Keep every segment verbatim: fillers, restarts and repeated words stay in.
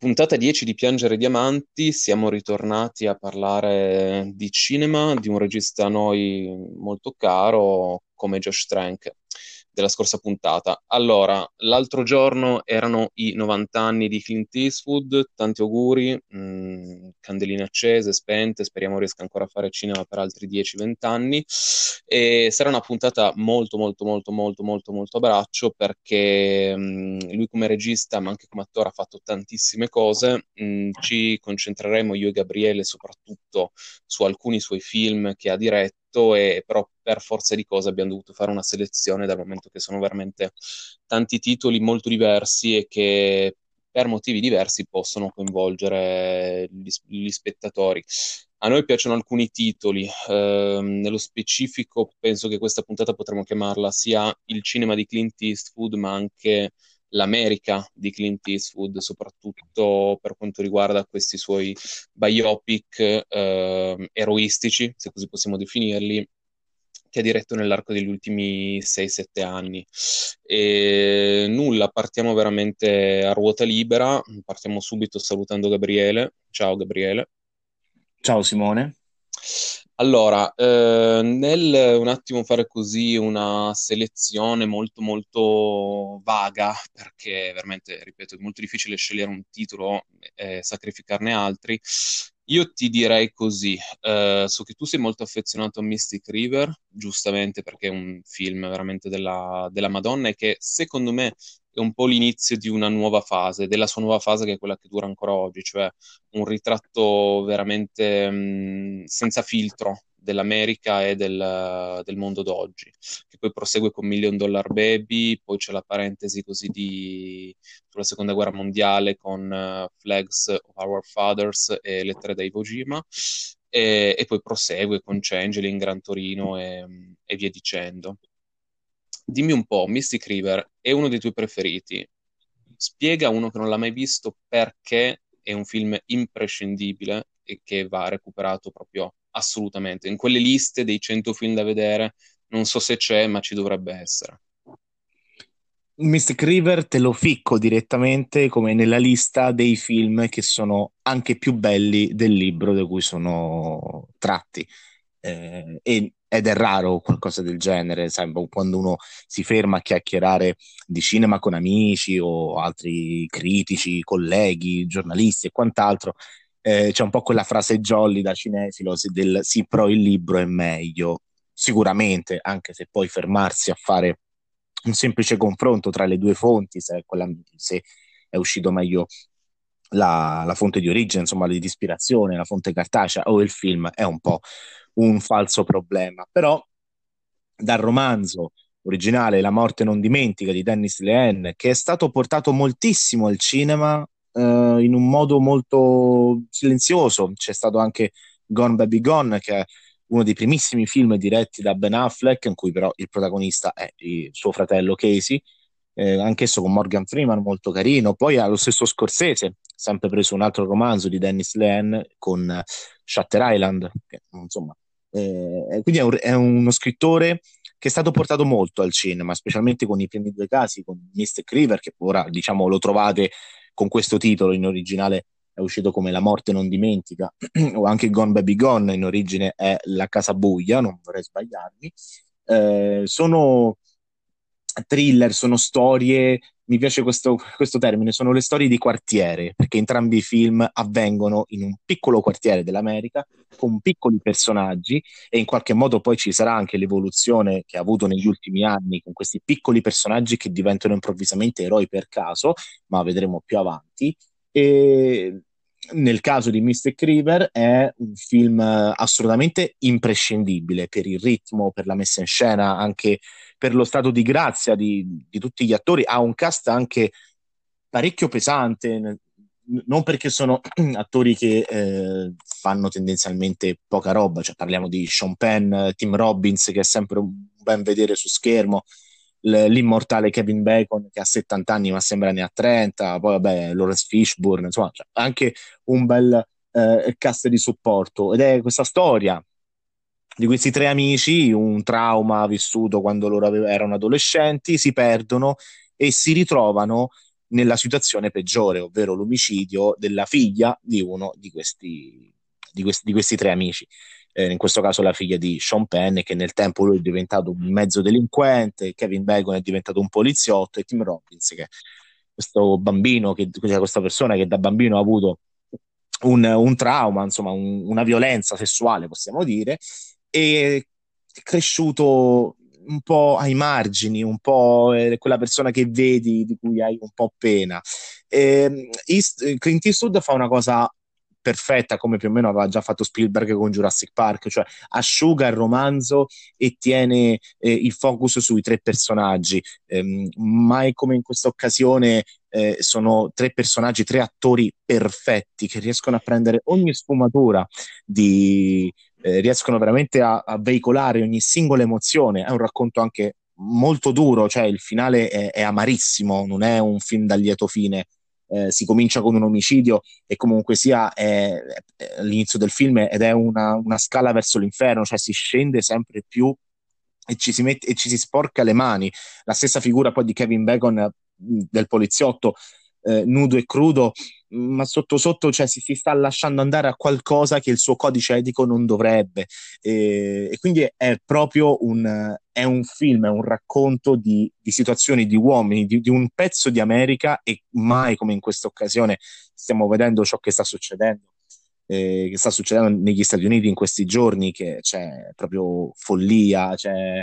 Puntata dieci di Piangere Diamanti, siamo ritornati a parlare di cinema, di un regista a noi molto caro come Josh Trank della scorsa puntata. Allora, l'altro giorno erano i novanta anni di Clint Eastwood, tanti auguri, mh, candeline accese, spente, speriamo riesca ancora a fare cinema per altri dieci venti anni. E sarà una puntata molto molto molto molto molto molto a braccio perché mh, lui come regista ma anche come attore ha fatto tantissime cose. Mh, ci concentreremo io e Gabriele soprattutto su alcuni suoi film che ha diretto, e però per forza di cose abbiamo dovuto fare una selezione dal momento che sono veramente tanti titoli molto diversi e che per motivi diversi possono coinvolgere gli, gli spettatori. A noi piacciono alcuni titoli, ehm, nello specifico penso che questa puntata potremmo chiamarla sia il cinema di Clint Eastwood, ma anche l'America di Clint Eastwood, soprattutto per quanto riguarda questi suoi biopic ehm, eroistici, se così possiamo definirli, che ha diretto nell'arco degli ultimi sei sette anni. E nulla, partiamo veramente a ruota libera, partiamo subito salutando Gabriele. Ciao Gabriele. Ciao Simone. Allora, eh, nel un attimo fare così una selezione molto molto vaga, perché veramente, ripeto, è molto difficile scegliere un titolo e sacrificarne altri, io ti direi così, eh, so che tu sei molto affezionato a Mystic River, giustamente perché è un film veramente della, della Madonna e che secondo me è un po' l'inizio di una nuova fase, della sua nuova fase che è quella che dura ancora oggi, cioè un ritratto veramente mh, senza filtro dell'America e del, del mondo d'oggi, che poi prosegue con Million Dollar Baby, poi c'è la parentesi così di, sulla seconda guerra mondiale con uh, Flags of Our Fathers e Lettere da Iwo Jima, e, e poi prosegue con Changeling, Gran Torino e, e via dicendo. Dimmi un po', Mystic River è uno dei tuoi preferiti? Spiega a uno che non l'ha mai visto perché è un film imprescindibile e che va recuperato proprio assolutamente. In quelle liste dei cento film da vedere, non so se c'è, ma ci dovrebbe essere. Mystic River te lo ficco direttamente come nella lista dei film che sono anche più belli del libro da cui sono tratti. Eh, e- ed è raro qualcosa del genere, sai, boh, quando uno si ferma a chiacchierare di cinema con amici o altri critici, colleghi, giornalisti e quant'altro, eh, c'è un po' quella frase jolly da cinefilo se- del sì, però il libro è meglio. Sicuramente, anche se poi fermarsi a fare un semplice confronto tra le due fonti, se, quella, se è uscito meglio la, la fonte di origine, insomma, di ispirazione, la fonte cartacea o il film, è un po' un falso problema. Però dal romanzo originale La morte non dimentica di Dennis Lehane, che è stato portato moltissimo al cinema eh, in un modo molto silenzioso. C'è stato anche Gone Baby Gone, che è uno dei primissimi film diretti da Ben Affleck, in cui però il protagonista è il suo fratello Casey, eh, anch'esso con Morgan Freeman, molto carino. Poi ha lo stesso Scorsese, sempre preso un altro romanzo di Dennis Lehane con eh, Shutter Island, che insomma, eh, quindi è, un- è uno scrittore che è stato portato molto al cinema, specialmente con i primi due casi, con Mystic River, che ora diciamo lo trovate con questo titolo, in originale è uscito come La morte non dimentica, o anche Gone Baby Gone, in origine è La casa buia, non vorrei sbagliarmi. Eh, sono thriller, sono storie, mi piace questo, questo termine, sono le storie di quartiere, perché entrambi i film avvengono in un piccolo quartiere dell'America, con piccoli personaggi, e in qualche modo poi ci sarà anche l'evoluzione che ha avuto negli ultimi anni con questi piccoli personaggi che diventano improvvisamente eroi per caso, ma vedremo più avanti. E nel caso di Mystic River è un film eh, assolutamente imprescindibile per il ritmo, per la messa in scena, anche per lo stato di grazia di, di tutti gli attori. Ha un cast anche parecchio pesante, n- non perché sono attori che eh, fanno tendenzialmente poca roba, cioè parliamo di Sean Penn, Tim Robbins, che è sempre un ben vedere su schermo, l- l'immortale Kevin Bacon che ha settanta anni ma sembra ne ha trenta, poi vabbè Lawrence Fishburne, insomma, cioè, anche un bel eh, cast di supporto. Ed è questa storia di questi tre amici, un trauma vissuto quando loro ave- erano adolescenti, si perdono e si ritrovano nella situazione peggiore, ovvero l'omicidio della figlia di uno di questi, di questi, di questi tre amici. Eh, in questo caso la figlia di Sean Penn, che nel tempo lui è diventato un mezzo delinquente, Kevin Bacon è diventato un poliziotto, e Tim Robbins, che è questo bambino, che, cioè questa persona che da bambino ha avuto un, un trauma, insomma, un- una violenza sessuale, possiamo dire, e è cresciuto un po' ai margini, un po' eh, quella persona che vedi, di cui hai un po' pena. E, East- Clint Eastwood fa una cosa perfetta, come più o meno aveva già fatto Spielberg con Jurassic Park, cioè asciuga il romanzo e tiene eh, il focus sui tre personaggi. Ehm, mai come in questa occasione eh, sono tre personaggi, tre attori perfetti che riescono a prendere ogni sfumatura di, eh, riescono veramente a, a veicolare ogni singola emozione. È un racconto anche molto duro, cioè il finale è, è amarissimo, non è un film da lieto fine. Eh, si comincia con un omicidio e comunque sia è, è all'inizio del film ed è una, una scala verso l'inferno, cioè si scende sempre più e ci si mette e ci si sporca le mani. La stessa figura poi di Kevin Bacon, eh, del poliziotto, eh, nudo e crudo, ma sotto sotto, cioè, si, si sta lasciando andare a qualcosa che il suo codice etico non dovrebbe. E, e quindi è proprio un, è un film, è un racconto di, di situazioni di uomini, di, di un pezzo di America, e mai come in questa occasione stiamo vedendo ciò che sta succedendo. Eh, che sta succedendo negli Stati Uniti in questi giorni, che c'è proprio follia, c'è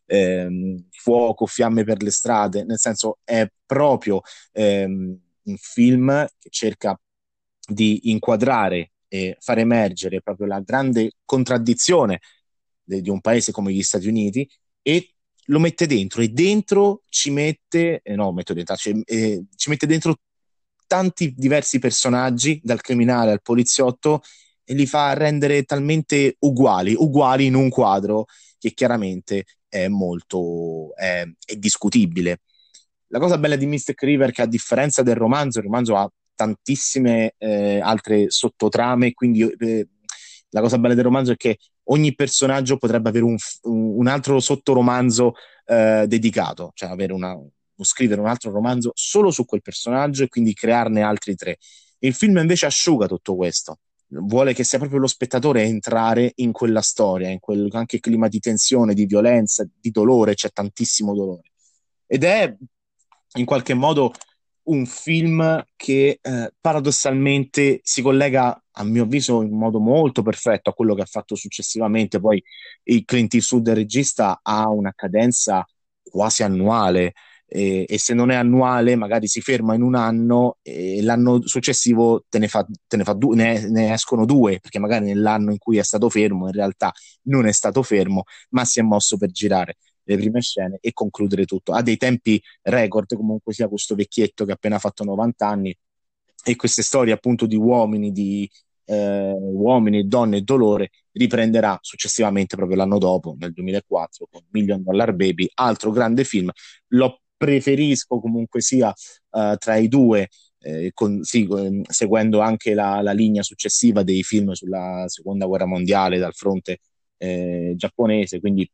ehm, fuoco, fiamme per le strade, nel senso è proprio ehm, un film che cerca di inquadrare e far emergere proprio la grande contraddizione de- di un paese come gli Stati Uniti, e lo mette dentro, e dentro ci mette, eh, no, metto dentro, ci, eh, ci mette dentro tanti diversi personaggi, dal criminale al poliziotto, e li fa rendere talmente uguali, uguali in un quadro che chiaramente è molto è, è discutibile. La cosa bella di Mystic River è che, a differenza del romanzo, il romanzo ha tantissime eh, altre sottotrame, quindi eh, la cosa bella del romanzo è che ogni personaggio potrebbe avere un, un altro sottoromanzo eh, dedicato, cioè avere una, scrivere un altro romanzo solo su quel personaggio e quindi crearne altri tre. Il film invece asciuga tutto questo, vuole che sia proprio lo spettatore a entrare in quella storia, in quel anche clima di tensione, di violenza, di dolore, c'è tantissimo dolore. Ed è in qualche modo un film che eh, paradossalmente si collega, a mio avviso, in modo molto perfetto a quello che ha fatto successivamente. Poi il Clint Eastwood, il regista, ha una cadenza quasi annuale, e, e se non è annuale magari si ferma in un anno e l'anno successivo te ne fa, te ne fa due, ne, ne escono due, perché magari nell'anno in cui è stato fermo in realtà non è stato fermo, ma si è mosso per girare le prime scene e concludere tutto. Ha dei tempi record, comunque sia, questo vecchietto che ha appena fatto novanta anni, e queste storie appunto di uomini, di eh, uomini, donne e dolore riprenderà successivamente proprio l'anno dopo, nel duemilaquattro, con Million Dollar Baby, altro grande film. Lo preferisco comunque sia uh, tra i due, eh, con, sì, con, seguendo anche la, la, linea successiva dei film sulla seconda guerra mondiale dal fronte eh, giapponese, quindi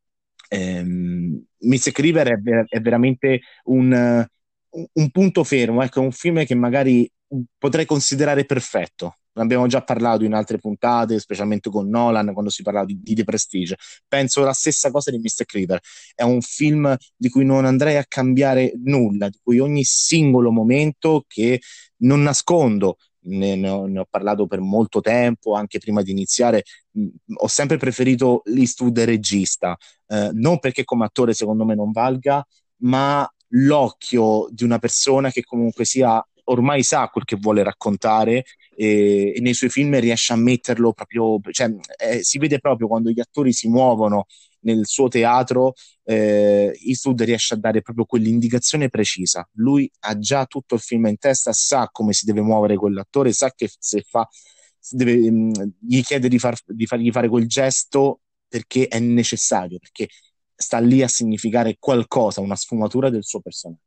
ehm, Mystic River è, ver- è veramente un, uh, un punto fermo, ecco, è un film che magari potrei considerare perfetto. Ne abbiamo già parlato in altre puntate, specialmente con Nolan, quando si parlava di, di The Prestige. Penso la stessa cosa di Mystic River. È un film di cui non andrei a cambiare nulla, di cui ogni singolo momento, che non nascondo, ne, ne ho, ne ho parlato per molto tempo, anche prima di iniziare, mh, ho sempre preferito l'Eastwood regista, eh, non perché come attore secondo me non valga, ma l'occhio di una persona che comunque sia ormai sa quel che vuole raccontare, e, e nei suoi film riesce a metterlo proprio, cioè, eh, si vede proprio quando gli attori si muovono nel suo teatro, eh, Eastwood riesce a dare proprio quell'indicazione precisa. Lui ha già tutto il film in testa, sa come si deve muovere quell'attore, sa che se fa, deve, mh, gli chiede di, far, di fargli fare quel gesto perché è necessario, perché sta lì a significare qualcosa, una sfumatura del suo personaggio.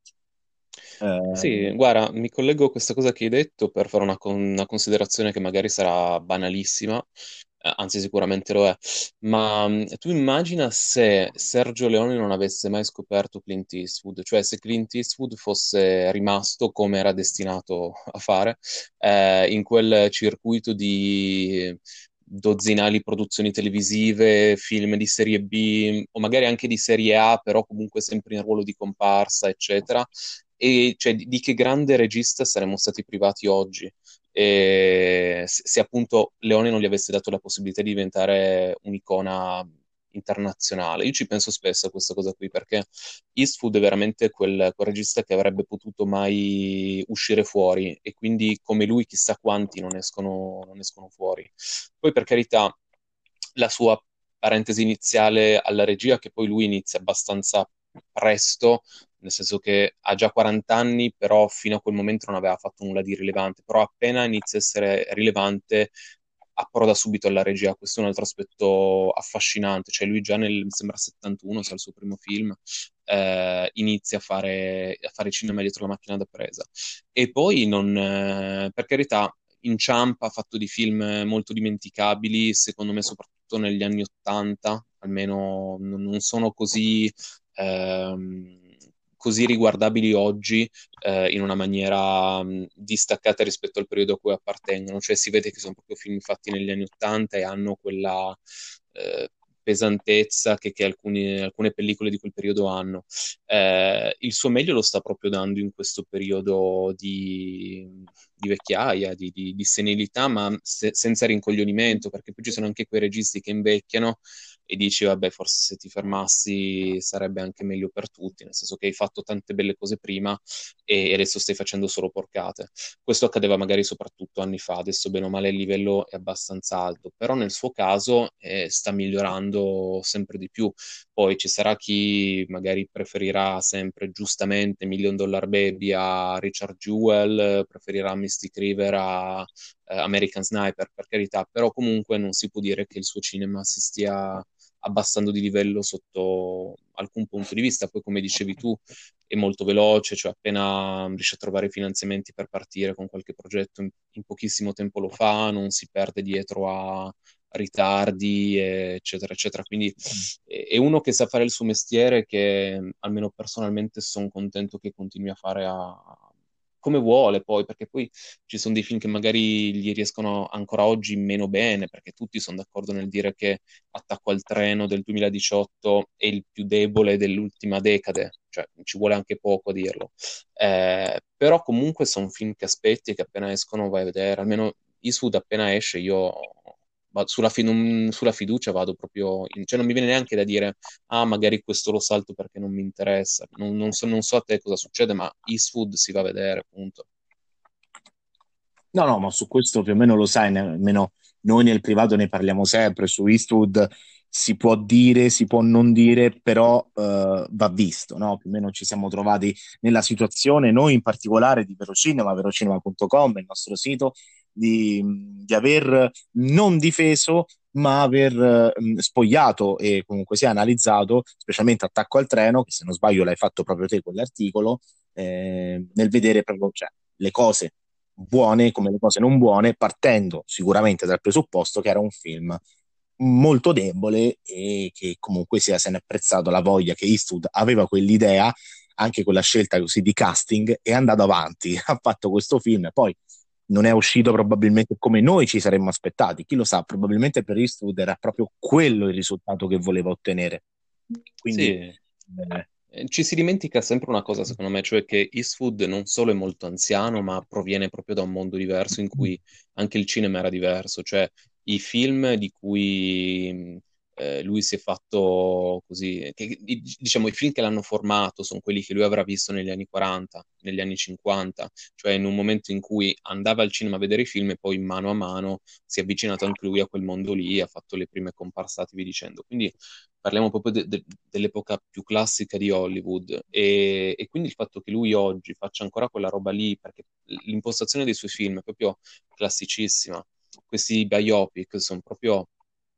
Sì, Eh, guarda, mi collego a questa cosa che hai detto per fare una, con- una considerazione che magari sarà banalissima, eh, anzi sicuramente lo è, ma mh, tu immagina se Sergio Leone non avesse mai scoperto Clint Eastwood, cioè se Clint Eastwood fosse rimasto come era destinato a fare, eh, in quel circuito di dozzinali produzioni televisive, film di serie B o magari anche di serie A, però comunque sempre in ruolo di comparsa, eccetera. E cioè, di, di che grande regista saremmo stati privati oggi? E se, se appunto Leone non gli avesse dato la possibilità di diventare un'icona internazionale. Io ci penso spesso a questa cosa qui perché Eastwood è veramente quel, quel regista che avrebbe potuto mai uscire fuori e quindi come lui chissà quanti non escono, non escono fuori. Poi per carità, la sua parentesi iniziale alla regia, che poi lui inizia abbastanza presto, nel senso che ha già quaranta anni, però fino a quel momento non aveva fatto nulla di rilevante, però appena inizia a essere rilevante approda subito alla regia, questo è un altro aspetto affascinante, cioè lui già nel, mi sembra settantuno, se è il suo primo film, eh, inizia a fare, a fare cinema dietro la macchina da presa. E poi, non, eh, per carità, inciampa, ha fatto di film molto dimenticabili, secondo me soprattutto negli anni Ottanta, almeno non non sono così, ehm, così riguardabili oggi eh, in una maniera mh, distaccata rispetto al periodo a cui appartengono, cioè si vede che sono proprio film fatti negli anni Ottanta e hanno quella eh, pesantezza che, che alcuni- alcune pellicole di quel periodo hanno. Eh, il suo meglio lo sta proprio dando in questo periodo di, di vecchiaia, di, di- di senilità, ma se- senza rincoglionimento, perché poi ci sono anche quei registi che invecchiano e dici, vabbè, forse se ti fermassi sarebbe anche meglio per tutti, nel senso che hai fatto tante belle cose prima e adesso stai facendo solo porcate. Questo accadeva magari soprattutto anni fa, adesso bene o male il livello è abbastanza alto, però nel suo caso eh, sta migliorando sempre di più. Poi ci sarà chi magari preferirà sempre giustamente Million Dollar Baby a Richard Jewell, preferirà Mystic River a eh, American Sniper, per carità, però comunque non si può dire che il suo cinema si stia abbassando di livello sotto alcun punto di vista. Poi, come dicevi tu, è molto veloce, cioè appena riesce a trovare finanziamenti per partire con qualche progetto in, in pochissimo tempo lo fa, non si perde dietro a ritardi, eccetera, eccetera. Quindi è è uno che sa fare il suo mestiere, che almeno personalmente sono contento che continui a fare a, come vuole poi, perché poi ci sono dei film che magari gli riescono ancora oggi meno bene, perché tutti sono d'accordo nel dire che Attacco al treno del duemiladiciotto è il più debole dell'ultima decade, cioè ci vuole anche poco a dirlo. Eh, però comunque sono film che aspetti e che appena escono vai a vedere, almeno Eastwood appena esce io va- sulla, fi- non- sulla fiducia vado proprio, in- cioè non mi viene neanche da dire ah magari questo lo salto perché non mi interessa, non, non so, non so a te cosa succede, ma Eastwood si va a vedere, punto. No, no, ma su questo più o meno lo sai, ne- almeno noi nel privato ne parliamo sempre, su Eastwood si può dire, si può non dire, però eh, va visto, no? Più o meno ci siamo trovati nella situazione, noi in particolare di Verocinema, verocinema punto com, il nostro sito, di, di aver non difeso, ma aver eh, spogliato e comunque sia analizzato, specialmente Attacco al treno, che se non sbaglio l'hai fatto proprio te quell'articolo, eh, nel vedere proprio, cioè, le cose buone come le cose non buone, partendo sicuramente dal presupposto che era un film molto debole e che comunque sia se ne è apprezzato la voglia che Eastwood aveva quell'idea, anche con la scelta così di casting, è andato avanti, ha fatto questo film, poi non è uscito probabilmente come noi ci saremmo aspettati, chi lo sa, probabilmente per Eastwood era proprio quello il risultato che voleva ottenere. Quindi Sì, eh, Eh, ci si dimentica sempre una cosa, secondo me, cioè che Eastwood non solo è molto anziano, ma proviene proprio da un mondo diverso in cui anche il cinema era diverso, cioè i film di cui mh, eh, lui si è fatto così, che- i- diciamo i film che l'hanno formato sono quelli che lui avrà visto negli anni quaranta, negli anni cinquanta, cioè in un momento in cui andava al cinema a vedere i film e poi mano a mano si è avvicinato anche lui a quel mondo lì, ha fatto le prime comparsate, vi dicendo. Quindi parliamo proprio de- de- dell'epoca più classica di Hollywood e, e quindi il fatto che lui oggi faccia ancora quella roba lì, perché l'impostazione dei suoi film è proprio classicissima, questi biopic sono proprio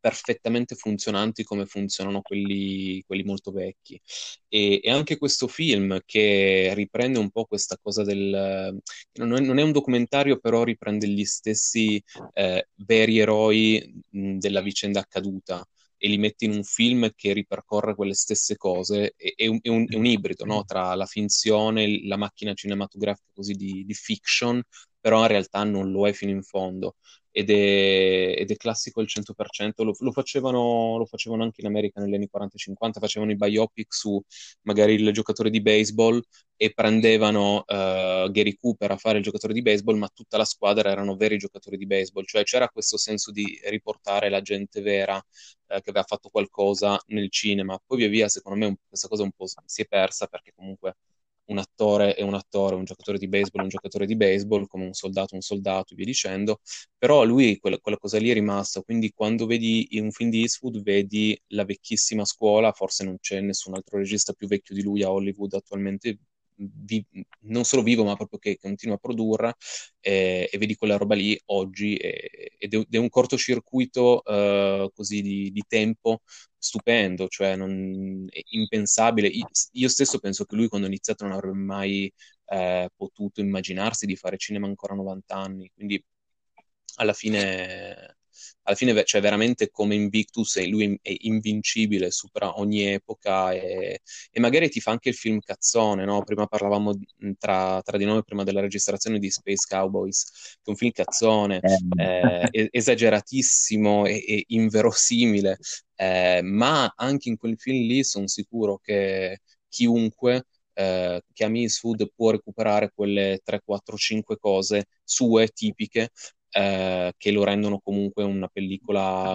perfettamente funzionanti come funzionano quelli, quelli molto vecchi. E, e anche questo film che riprende un po' questa cosa del... Non è, non è un documentario, però riprende gli stessi eh, veri eroi mh, della vicenda accaduta e li mette in un film che ripercorre quelle stesse cose. È, è un, è un- è un ibrido, no? Tra la finzione, la macchina cinematografica così di, di fiction, però in realtà non lo è fino in fondo. Ed è, ed è classico al cento per cento. Lo, lo facevano, lo facevano anche in America negli anni quaranta cinquanta, facevano i biopic su magari il giocatore di baseball e prendevano uh, Gary Cooper a fare il giocatore di baseball, ma tutta la squadra erano veri giocatori di baseball, cioè c'era questo senso di riportare la gente vera eh, che aveva fatto qualcosa nel cinema. Poi via via, secondo me, un, questa cosa un po' si è persa perché comunque un attore è un attore, un giocatore di baseball è un giocatore di baseball, come un soldato è un soldato, e via dicendo, però a lui quella, quella cosa lì è rimasta, quindi quando vedi in un film di Eastwood vedi la vecchissima scuola, forse non c'è nessun altro regista più vecchio di lui a Hollywood attualmente, vi- non solo vivo, ma proprio che, che continua a produrre, eh, e vedi quella roba lì oggi, eh, ed è, ed è un cortocircuito eh, così di, di tempo stupendo, cioè non, è impensabile. Io, io stesso penso che lui quando ha iniziato non avrebbe mai eh, potuto immaginarsi di fare cinema ancora a novanta anni, quindi alla fine, alla fine cioè veramente come Invictus e lui è invincibile, supera ogni epoca e, e magari ti fa anche il film cazzone, no? Prima parlavamo tra, tra di noi, prima della registrazione di Space Cowboys, che è un film cazzone, Eh, eh, es- esageratissimo e, e inverosimile, eh, ma anche in quel film lì sono sicuro che chiunque eh, che ami Eastwood può recuperare quelle tre, quattro, cinque cose sue tipiche eh, che lo rendono comunque una pellicola,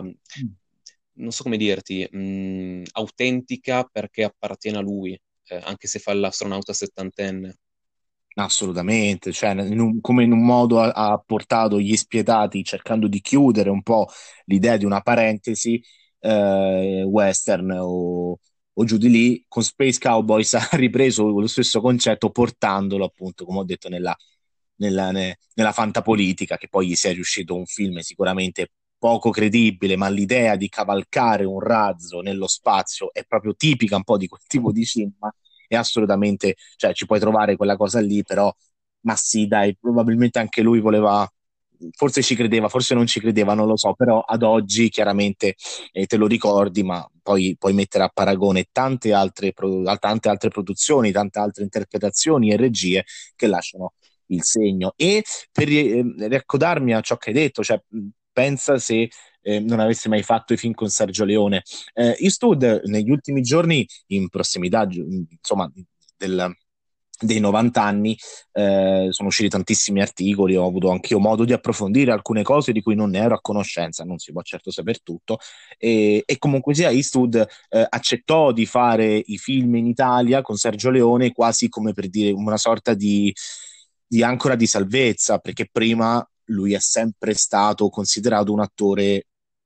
non so come dirti, mh, autentica perché appartiene a lui, eh, anche se fa l'astronauta settantenne. assolutamente, cioè, in un- come in un modo ha, ha portato gli spietati cercando di chiudere un po' l'idea di una parentesi eh, western o, o giù di lì, con Space Cowboys ha ripreso lo stesso concetto portandolo appunto, come ho detto, nella, nella, ne- nella fantapolitica, che poi gli sia riuscito un film sicuramente poco credibile, ma l'idea di cavalcare un razzo nello spazio è proprio tipica un po' di quel tipo di cinema, è assolutamente, cioè ci puoi trovare quella cosa lì, però, ma sì, dai, probabilmente anche lui voleva, forse ci credeva, forse non ci credeva, non lo so, però ad oggi chiaramente eh, te lo ricordi, ma poi puoi mettere a paragone tante altre, pro- tante altre produzioni, tante altre interpretazioni e regie che lasciano il segno. E per eh, riaccodarmi a ciò che hai detto, cioè, mh, pensa se eh, non avesse mai fatto i film con Sergio Leone. Eh, Eastwood negli ultimi giorni, in prossimità, gi- insomma, del, dei novanta anni, eh, sono usciti tantissimi articoli, ho avuto anch'io modo di approfondire alcune cose di cui non ne ero a conoscenza, non si può certo saper tutto, e, e comunque sia Eastwood eh, accettò di fare i film in Italia con Sergio Leone quasi come per dire una sorta di, di ancora di salvezza, perché prima lui è sempre stato considerato un attore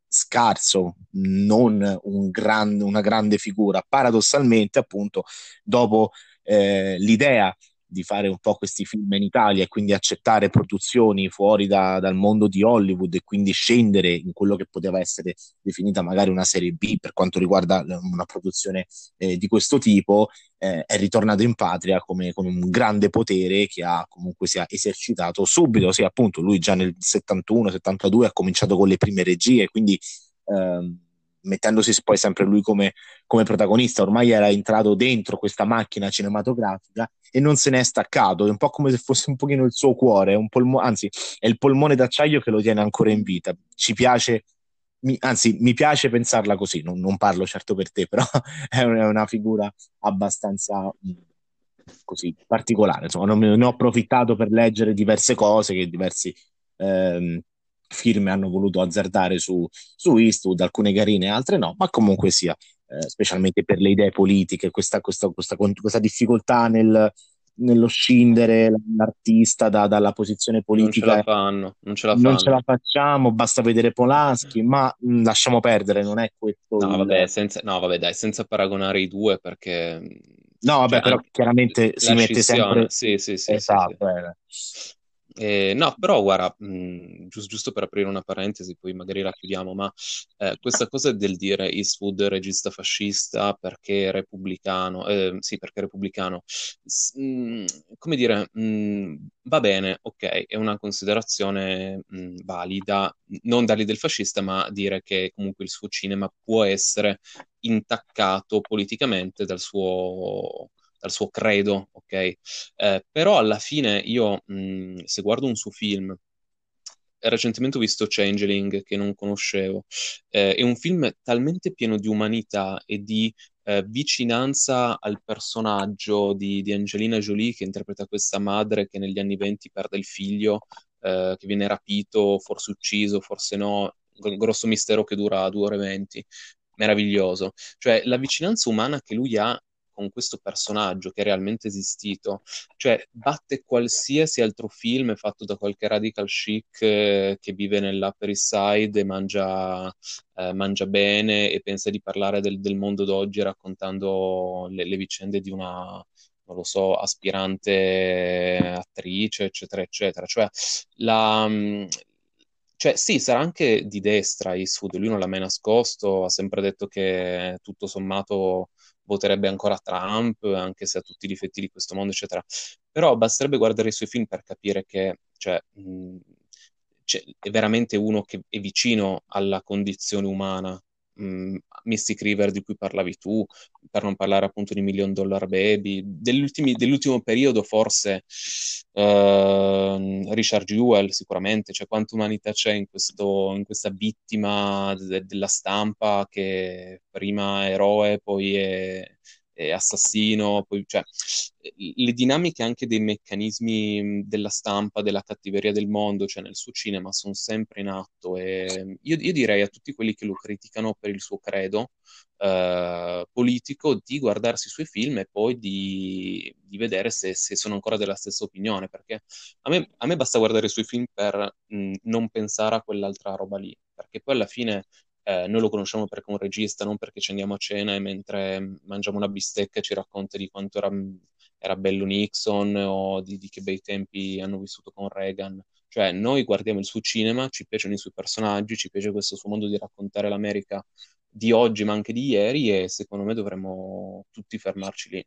scarso, non un gran, una grande figura. Paradossalmente, appunto, dopo eh, l'idea di fare un po' questi film in Italia e quindi accettare produzioni fuori da, dal mondo di Hollywood e quindi scendere in quello che poteva essere definita magari una serie B per quanto riguarda una produzione eh, di questo tipo, eh, è ritornato in patria come, con un grande potere che ha comunque sia esercitato subito, sì, appunto lui già nel settantuno settantadue ha cominciato con le prime regie, quindi ehm, mettendosi poi sempre lui come, come protagonista, ormai era entrato dentro questa macchina cinematografica e non se n'è staccato, è un po' come se fosse un pochino il suo cuore, è un polmo- anzi è il polmone d'acciaio che lo tiene ancora in vita. Ci piace, mi- anzi mi piace pensarla così, non, non parlo certo per te, però è una, è una figura abbastanza mh, così particolare. Insomma, non me- ne ho approfittato per leggere diverse cose che diversi ehm, firme hanno voluto azzardare su, su Eastwood, alcune carine, altre no, ma comunque sia, eh, specialmente per le idee politiche, questa, questa, questa, questa difficoltà nel, nello scindere l'artista da- dalla posizione Non ce la politica. fanno, non ce la Non ce la fanno. facciamo, basta vedere Polanski, ma mh, lasciamo perdere, non è questo No, il... vabbè, senza, no, vabbè, dai, senza paragonare i due, perché, No, cioè, vabbè, però anche chiaramente si la mette scissione, sempre... sì, sì, sì, sì, sì. Esatto, eh. Eh, no, però guarda, mh, gius- giusto per aprire una parentesi, poi magari la chiudiamo, ma eh, questa cosa del dire Eastwood regista fascista perché è repubblicano, eh, sì, perché è repubblicano, s- mh, come dire, mh, va bene, ok, è una considerazione mh, valida, non dargli del fascista, ma dire che comunque il suo cinema può essere intaccato politicamente dal suo, dal suo credo, ok? Eh, però alla fine io, mh, se guardo un suo film, recentemente ho visto Changeling, che non conoscevo, eh, è un film talmente pieno di umanità e di eh, vicinanza al personaggio di, di Angelina Jolie, che interpreta questa madre che negli anni venti perde il figlio, eh, che viene rapito, forse ucciso, forse no, un grosso mistero che dura due ore e venti. Meraviglioso. Cioè, la vicinanza umana che lui ha con questo personaggio che è realmente esistito, cioè batte qualsiasi altro film fatto da qualche radical chic eh, che vive nell'Upper East Side e mangia, eh, mangia bene e pensa di parlare del, del mondo d'oggi raccontando le, le vicende di una, non lo so, aspirante attrice, eccetera, eccetera. Cioè, la, mh, cioè, sì, sarà anche di destra Eastwood, lui non l'ha mai nascosto, ha sempre detto che tutto sommato voterebbe ancora Trump, anche se ha tutti i difetti di questo mondo, eccetera. Però basterebbe guardare i suoi film per capire che, cioè, mh, cioè, è veramente uno che è vicino alla condizione umana. Mh, Mystic River di cui parlavi tu, per non parlare appunto di Million Dollar Baby, dell'ultimo periodo forse ehm, Richard Jewell sicuramente, cioè quanta umanità c'è in questo, in questa vittima de- della stampa che prima è eroe, poi è, è assassino, poi, cioè, le dinamiche anche dei meccanismi della stampa, della cattiveria del mondo, cioè nel suo cinema, sono sempre in atto e io, io direi a tutti quelli che lo criticano per il suo credo, eh, politico di guardarsi i suoi film e poi di, di vedere se, se sono ancora della stessa opinione, perché a me, a me basta guardare i suoi film per mh, non pensare a quell'altra roba lì, perché poi alla fine eh, noi lo conosciamo perché è un regista, non perché ci andiamo a cena e mentre mh, mangiamo una bistecca ci racconta di quanto era, mh, era bello Nixon o di, di che bei tempi hanno vissuto con Reagan. Cioè, noi guardiamo il suo cinema, ci piacciono i suoi personaggi, ci piace questo suo modo di raccontare l'America di oggi, ma anche di ieri, e secondo me dovremmo tutti fermarci lì.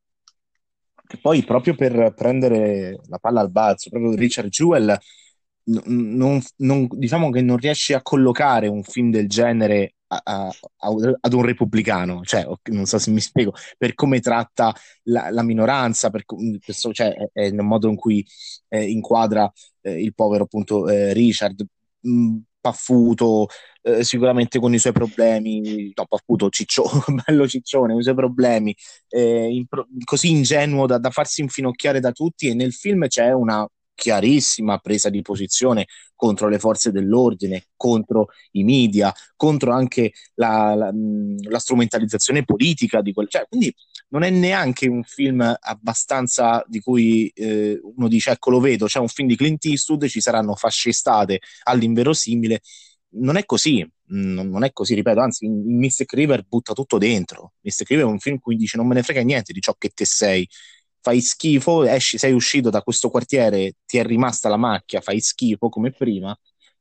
Che poi proprio per prendere la palla al balzo, proprio Richard Jewell, n- non, non- diciamo che non riesce a collocare un film del genere a- a- a- ad un repubblicano, cioè, ok, non so se mi spiego, per come tratta la, la minoranza, per, co- questo- cioè, è, è nel modo in cui eh, inquadra eh, il povero appunto eh, Richard, mh, paffuto, eh, sicuramente con i suoi problemi, no, paffuto, ciccio, bello ciccione, con i suoi problemi, eh, impro- così ingenuo da, da farsi infinocchiare da tutti, e nel film c'è una chiarissima presa di posizione contro le forze dell'ordine, contro i media, contro anche la, la, mh, la strumentalizzazione politica di quel... Cioè, quindi non è neanche un film abbastanza di cui eh, uno dice, ecco, lo vedo, c'è un film di Clint Eastwood, ci saranno fascistate all'inverosimile. Non è così, non, non è così, ripeto, anzi, in, in Mystic River butta tutto dentro. Mystic River è un film in cui dice non me ne frega niente di ciò che te sei, fai schifo, esci, sei uscito da questo quartiere, ti è rimasta la macchia, fai schifo come prima,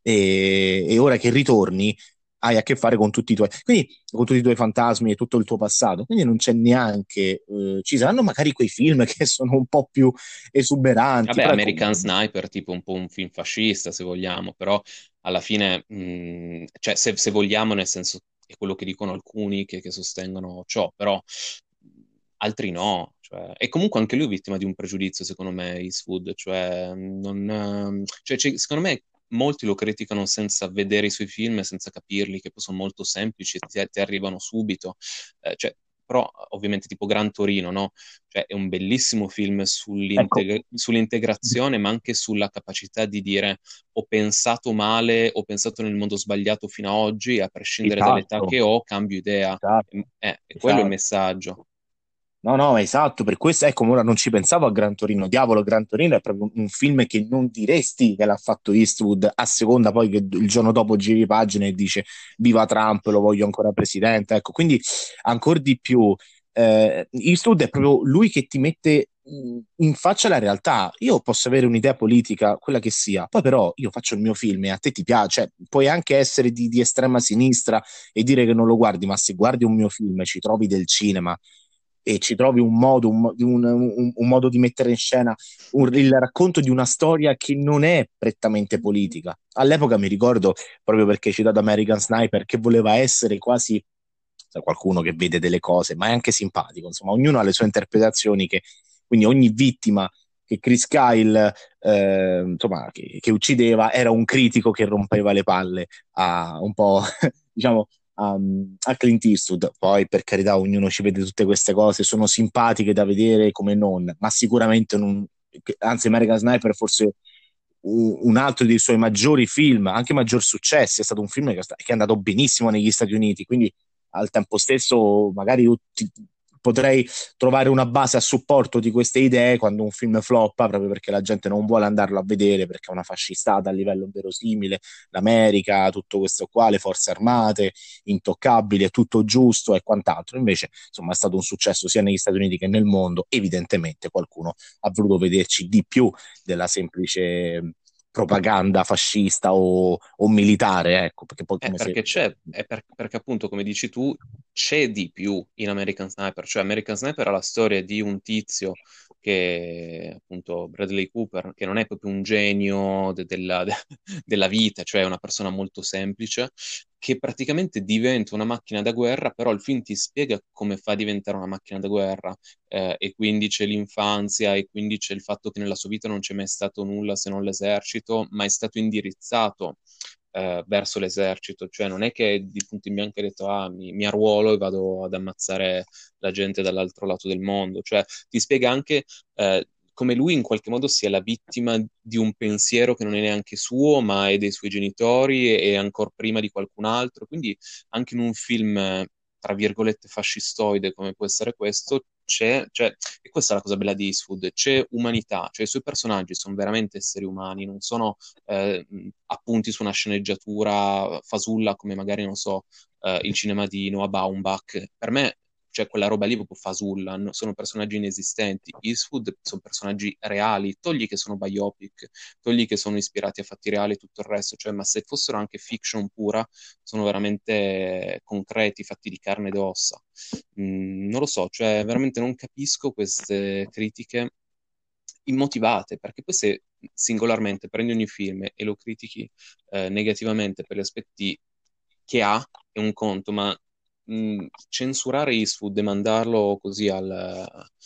e, e ora che ritorni hai a che fare con tutti i tuoi, quindi, con tutti i tuoi fantasmi e tutto il tuo passato, quindi non c'è neanche, eh, ci saranno magari quei film che sono un po' più esuberanti, Vabbè, però ecco, American Sniper, tipo un po' un film fascista, se vogliamo, però alla fine, mh, cioè, se, se vogliamo, nel senso, è quello che dicono alcuni che, che sostengono ciò, però altri no. Cioè, e comunque anche lui è vittima di un pregiudizio, secondo me, Eastwood, cioè, non, ehm, cioè, c'è- secondo me molti lo criticano senza vedere i suoi film, senza capirli, che poi sono molto semplici e ti, ti arrivano subito. Eh, cioè, però, ovviamente, tipo Gran Torino, no? Cioè, è un bellissimo film ecco, sull'integ- sull'integrazione, ma anche sulla capacità di dire ho pensato male, ho pensato nel modo sbagliato fino ad oggi, e a prescindere dall'età esatto, che ho, cambio idea. esatto, E, eh, e quello è il esatto. messaggio. No, no, esatto, per questo, ecco, ora non ci pensavo a Gran Torino. Diavolo, Gran Torino è proprio un, un film che non diresti che l'ha fatto Eastwood, a seconda poi che il giorno dopo giri pagina e dice viva Trump, lo voglio ancora presidente. Ecco, quindi ancora di più, eh, Eastwood è proprio lui che ti mette in faccia alla realtà. Io posso avere un'idea politica, quella che sia, poi però io faccio il mio film e a te ti piace, cioè, puoi anche essere di, di estrema sinistra e dire che non lo guardi, ma se guardi un mio film e ci trovi del cinema e ci trovi un modo, un, mo- un- un- un modo di mettere in scena un- il racconto di una storia che non è prettamente politica. All'epoca mi ricordo, proprio perché hai citato American Sniper, che voleva essere quasi sai, qualcuno che vede delle cose, ma è anche simpatico. Insomma, ognuno ha le sue interpretazioni, che, quindi ogni vittima che Chris Kyle eh, insomma, che, che uccideva era un critico che rompeva le palle a un po', diciamo, a, a Clint Eastwood. Poi, per carità, ognuno ci vede tutte queste cose, sono simpatiche da vedere come non, ma sicuramente non, anzi, American Sniper forse un altro dei suoi maggiori film, anche maggior successi, è stato un film che è andato benissimo negli Stati Uniti, quindi al tempo stesso magari io ti- potrei trovare una base a supporto di queste idee quando un film floppa, proprio perché la gente non vuole andarlo a vedere perché è una fascistata a livello inverosimile, l'America, tutto questo qua, le forze armate, intoccabili, è tutto giusto e quant'altro. Invece, insomma, è stato un successo sia negli Stati Uniti che nel mondo. Evidentemente qualcuno ha voluto vederci di più della semplice propaganda fascista o, o militare, ecco, perché poi Eh, come se... perché c'è, è per- perché appunto, come dici tu, c'è di più in American Sniper. Cioè, American Sniper ha la storia di un tizio che, appunto, Bradley Cooper, che non è proprio un genio de- della, de- della vita, cioè è una persona molto semplice, che praticamente diventa una macchina da guerra, però il film ti spiega come fa a diventare una macchina da guerra. Eh, e quindi c'è l'infanzia, e quindi c'è il fatto che nella sua vita non c'è mai stato nulla se non l'esercito, ma è stato indirizzato eh, verso l'esercito, cioè non è che di punto in bianco ha detto ah, mi, mi arruolo e vado ad ammazzare la gente dall'altro lato del mondo, cioè ti spiega anche eh, come lui in qualche modo sia la vittima di un pensiero che non è neanche suo, ma è dei suoi genitori e, e ancora prima di qualcun altro, quindi anche in un film, eh, tra virgolette, fascistoide come può essere questo, c'è, cioè, e questa è la cosa bella di Eastwood, c'è umanità, cioè i suoi personaggi sono veramente esseri umani, non sono eh, appunti su una sceneggiatura fasulla come magari, non so, eh, il cinema di Noah Baumbach. Per me, cioè, quella roba lì è proprio fasulla, no- sono personaggi inesistenti. Eastwood sono personaggi reali, togli che sono biopic, togli che sono ispirati a fatti reali e tutto il resto, cioè, ma se fossero anche fiction pura, sono veramente concreti, fatti di carne ed ossa. Mm, non lo so, cioè, veramente non capisco queste critiche immotivate, perché poi se singolarmente prendi ogni film e lo critichi eh, negativamente per gli aspetti che ha, è un conto, ma mh, censurare Eastwood e mandarlo così al...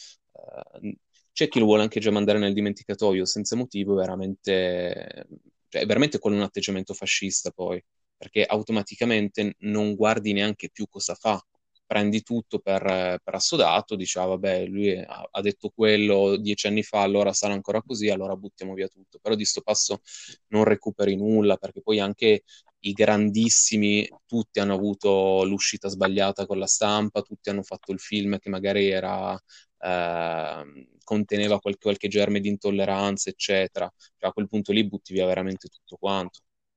eh, c'è chi lo vuole anche già mandare nel dimenticatoio senza motivo, è veramente, cioè, è veramente quello un atteggiamento fascista poi, perché automaticamente non guardi neanche più cosa fa, prendi tutto per, eh, per assodato, dici, ah, vabbè, lui ha, ha detto quello dieci anni fa, allora sarà ancora così, allora buttiamo via tutto. Però di sto passo non recuperi nulla, perché poi anche i grandissimi, tutti hanno avuto l'uscita sbagliata con la stampa, tutti hanno fatto il film che magari era, eh, conteneva qualche, qualche germe di intolleranza, eccetera. Cioè, a quel punto lì butti via veramente tutto quanto.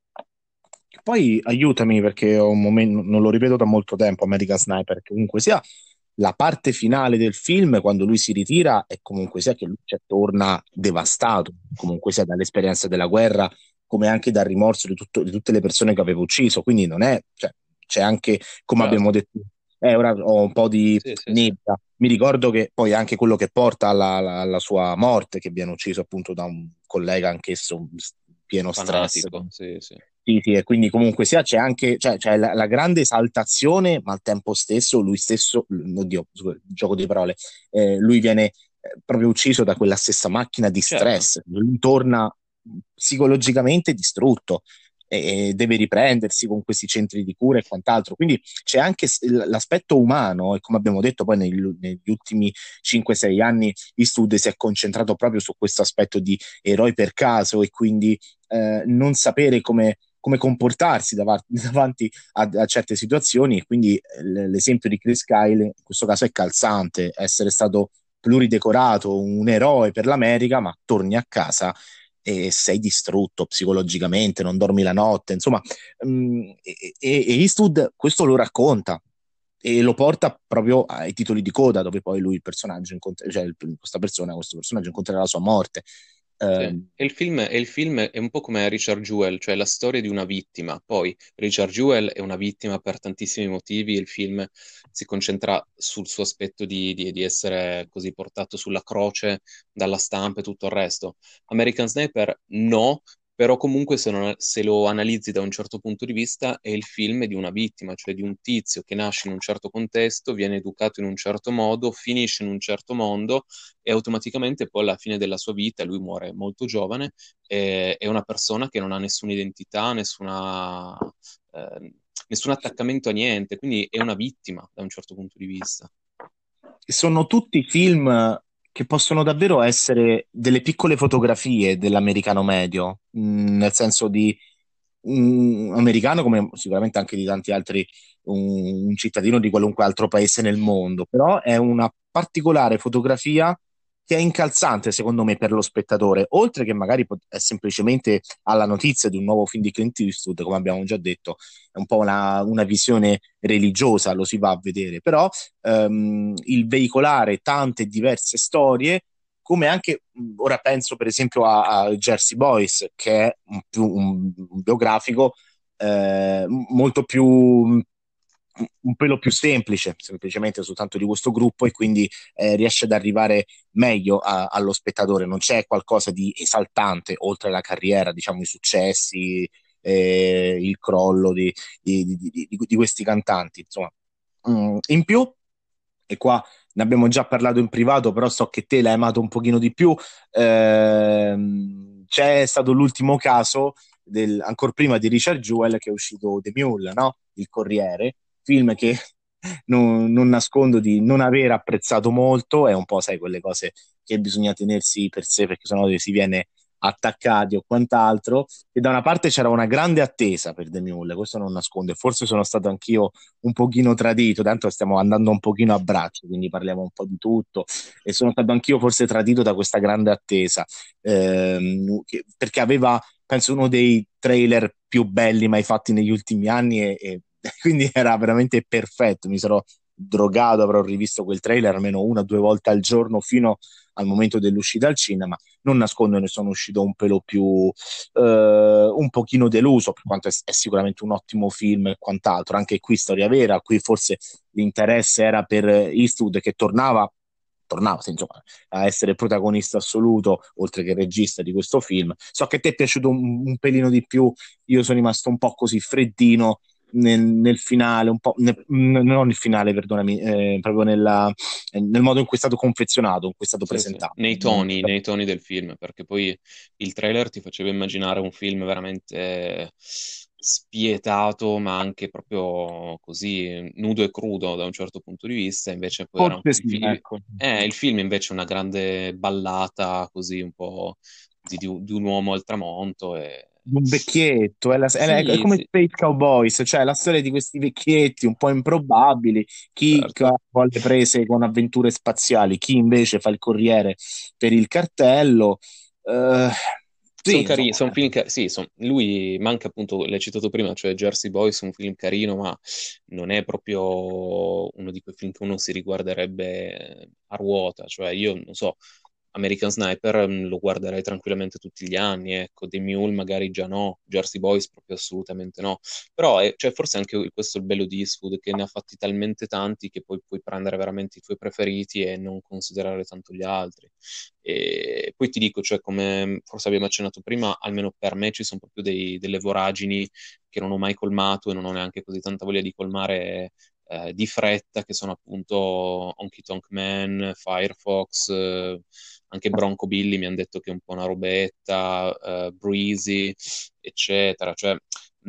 Poi aiutami perché ho un momento, non lo ripeto da molto tempo, American Sniper, che comunque sia la parte finale del film, quando lui si ritira, è comunque sia che lui cioè, torna devastato, comunque sia dall'esperienza della guerra, come anche dal rimorso di, tutto- di tutte le persone che aveva ucciso. Quindi non è, cioè, c'è anche, come abbiamo Certo, detto, eh, ora ho un po' di sì, sì, sì. nebbia. Mi ricordo che poi anche quello che porta alla, alla- alla sua morte, che viene ucciso appunto da un collega anch'esso pieno stress. Fanatico, sì, sì. Sì, sì, e quindi comunque sia c'è anche cioè, c'è la, la grande esaltazione, ma al tempo stesso lui stesso, oddio, scusa, gioco di parole, eh, lui viene eh, proprio ucciso da quella stessa macchina di Certo. stress, lui torna psicologicamente distrutto e, e deve riprendersi con questi centri di cura e quant'altro. Quindi c'è anche s- l'aspetto umano, e come abbiamo detto poi negli, negli ultimi cinque sei anni Eastwood si è concentrato proprio su questo aspetto di eroi per caso e quindi eh, non sapere come come comportarsi davanti, davanti a, a, certe situazioni e quindi eh, l'esempio di Chris Kyle in questo caso è calzante, essere stato pluridecorato, un eroe per l'America, ma torni a casa e sei distrutto psicologicamente, non dormi la notte, insomma, um, e, e, e Eastwood questo lo racconta. e lo porta proprio ai titoli di coda, dove poi lui, il personaggio, incontra, cioè il- questa persona, questo personaggio incontrerà la sua morte. Sì. Eh, E il film, e il film è un po' come Richard Jewell, cioè la storia di una vittima. Poi Richard Jewell è una vittima per tantissimi motivi e il film si concentra sul suo aspetto di, di- di essere così portato sulla croce dalla stampa e tutto il resto. American Sniper no, però comunque se, non- se lo analizzi da un certo punto di vista è il film di una vittima, cioè di un tizio che nasce in un certo contesto, viene educato in un certo modo, finisce in un certo mondo e automaticamente poi alla fine della sua vita lui muore molto giovane, e, è una persona che non ha nessuna identità, nessuna, eh, nessun attaccamento a niente, quindi è una vittima da un certo punto di vista. sono tutti film che possono davvero essere delle piccole fotografie dell'americano medio, mh, nel senso di un americano come sicuramente anche di tanti altri, un, un cittadino di qualunque altro paese nel mondo, però è una particolare fotografia che è incalzante secondo me per lo spettatore, oltre che magari pot- è semplicemente alla notizia di un nuovo film di Clint Eastwood, come abbiamo già detto, è un po' una, una visione religiosa, lo si va a vedere, però ehm, il veicolare tante e diverse storie, come anche mh, ora penso per esempio a, a Jersey Boys, che è un, più, un, un biografico eh, molto più un pelo più semplice, semplicemente soltanto di questo gruppo, e quindi eh, riesce ad arrivare meglio a- allo spettatore. Non c'è qualcosa di esaltante oltre la carriera, diciamo, i successi, eh, il crollo di, di- di- di- di questi cantanti. Insomma, Mm, in più, e qua ne abbiamo già parlato in privato, però so che te l'hai amato un pochino di più. Ehm, c'è stato l'ultimo caso, del, ancora prima di Richard Jewell, che è uscito The Mule, no? Il Corriere, film che non, non nascondo di non aver apprezzato molto, è un po', sai, quelle cose che bisogna tenersi per sé perché sennò si viene attaccati o quant'altro. E da una parte c'era una grande attesa per The Mule, questo non nascondo, e forse sono stato anch'io un pochino tradito, tanto stiamo andando un pochino a braccio, quindi parliamo un po' di tutto, e sono stato anch'io forse tradito da questa grande attesa, ehm, che- perché aveva, penso, uno dei trailer più belli mai fatti negli ultimi anni, e, e quindi era veramente perfetto, mi sarò drogato, avrò rivisto quel trailer almeno una o due volte al giorno fino al momento dell'uscita al cinema. Non nascondo, ne sono uscito un pelo più eh, un pochino deluso, per quanto è, è sicuramente un ottimo film e quant'altro. Anche qui storia vera, qui forse l'interesse era per Eastwood che tornava, tornava sì, insomma, a essere protagonista assoluto, oltre che regista di questo film. So che a te è piaciuto un, un pelino di più, io sono rimasto un po' così freddino nel, nel finale, un po', ne- n- non nel finale, perdonami, eh, proprio nella, nel modo in cui è stato confezionato, in cui è stato Sì, sì, presentato. nei Non- toni, nei toni del film, perché poi il trailer ti faceva immaginare un film veramente spietato, ma anche proprio così nudo e crudo da un certo punto di vista, invece poi era un- Forse il, sì, fi- ecco. eh, il film invece è una grande ballata così un po' di, di un di un uomo al tramonto e... Un vecchietto, è, la- è la- è Sì, come sì, Space Cowboys, cioè la storia di questi vecchietti un po' improbabili, chi certo. ca- fa le prese con avventure spaziali, chi invece fa il corriere per il cartello. Eh, Sono sì, carini, insomma, sono film che sì, son- lui manca appunto, l'hai citato prima, cioè Jersey Boys, un film carino, ma non è proprio uno di quei film che uno si riguarderebbe a ruota, cioè io non so, American Sniper mm, lo guarderei tranquillamente tutti gli anni, ecco, The Mule magari già no, Jersey Boys proprio assolutamente no, però è, cioè, forse anche questo è il bello di Eastwood, che ne ha fatti talmente tanti che poi puoi prendere veramente i tuoi preferiti e non considerare tanto gli altri. E poi ti dico, cioè, come forse abbiamo accennato prima, almeno per me ci sono proprio dei- delle voragini che non ho mai colmato e non ho neanche così tanta voglia di colmare eh, di fretta, che sono appunto Honky Tonk Man, Firefox, eh, anche Bronco Billy mi hanno detto che è un po' una robetta, eh, Breezy, eccetera. Cioè,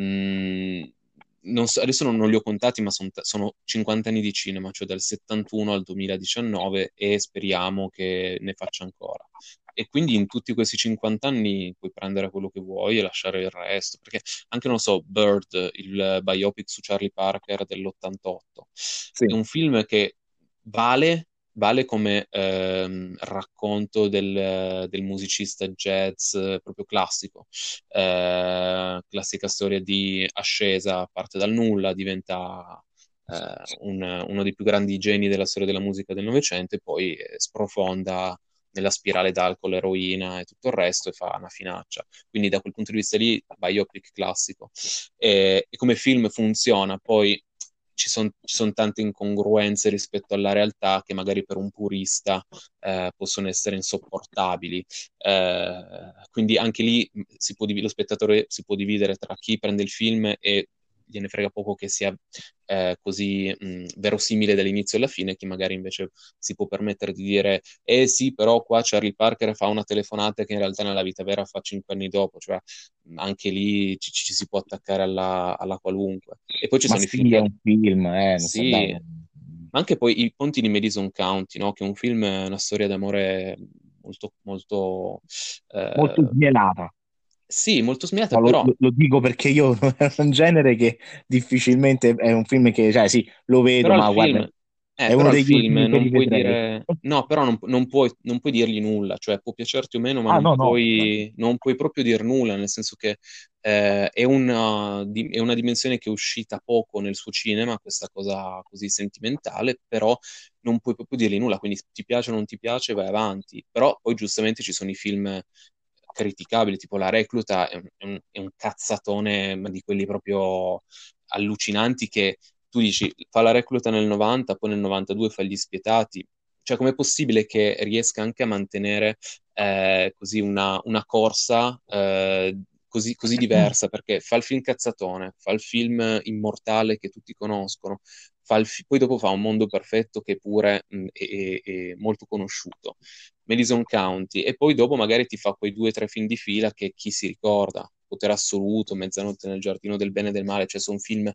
mh, non so- adesso non, non li ho contati, ma son- sono cinquanta anni di cinema, cioè dal settantuno al duemiladiciannove, e speriamo che ne faccia ancora. E quindi in tutti questi cinquanta anni puoi prendere quello che vuoi e lasciare il resto, perché anche, non so, Bird, il biopic su Charlie Parker dell'ottantotto, è sì. un film che vale, vale come ehm, racconto del, del musicista jazz eh, proprio classico. Eh, classica storia di ascesa, parte dal nulla, diventa eh, un- uno dei più grandi geni della storia della musica del Novecento e poi eh, sprofonda nella spirale d'alcol, eroina e tutto il resto e fa una finaccia. Quindi da quel punto di vista lì, biopic classico. E, e come film funziona, poi ci sono son tante incongruenze rispetto alla realtà che magari per un purista eh, possono essere insopportabili. Eh, quindi anche lì si può div- lo spettatore si può dividere tra chi prende il film e gliene frega poco che sia eh, così mh, verosimile dall'inizio alla fine, chi magari invece si può permettere di dire eh sì, però qua Charlie Parker fa una telefonata che in realtà nella vita vera fa cinque anni dopo, cioè anche lì ci, ci si può attaccare alla, alla qualunque. E poi ci Ma sono i film sì, è che... un film, eh, non so, dai. Sì, ma anche poi I Ponti di Madison County, no? Che è un film, è una storia d'amore molto, molto... Molto eh, smielata. sì, molto smiata, No, lo, però lo- lo dico perché io è un genere che difficilmente è un film che, cioè sì, lo vedo, Però il ma guarda, film, è eh, uno però il degli film ultimi che non puoi rivedrei. dire, no, però non, non puoi, non puoi dirgli nulla, cioè può piacerti o meno, ma Ah, non no, no, puoi, non puoi proprio dire nulla, nel senso che eh, è una, di- è una dimensione che è uscita poco nel suo cinema, questa cosa così sentimentale, però non puoi proprio dirgli nulla, quindi ti piace o non ti piace, vai avanti. Però poi giustamente ci sono i film criticabili, tipo La Recluta è un, è un- è un cazzatone, ma di quelli proprio allucinanti che tu dici fa La Recluta nel novanta, poi nel novantadue fa Gli Spietati. Cioè, com'è possibile che riesca anche a mantenere eh, così una, una corsa eh, così, così diversa? Perché fa il film cazzatone, fa il film immortale che tutti conoscono, fa il fi- poi dopo fa Un Mondo Perfetto che pure mh, è, è- è molto conosciuto. Madison County, e poi dopo magari ti fa quei due o tre film di fila che chi si ricorda, Potere Assoluto, Mezzanotte nel Giardino del Bene e del Male, cioè sono film,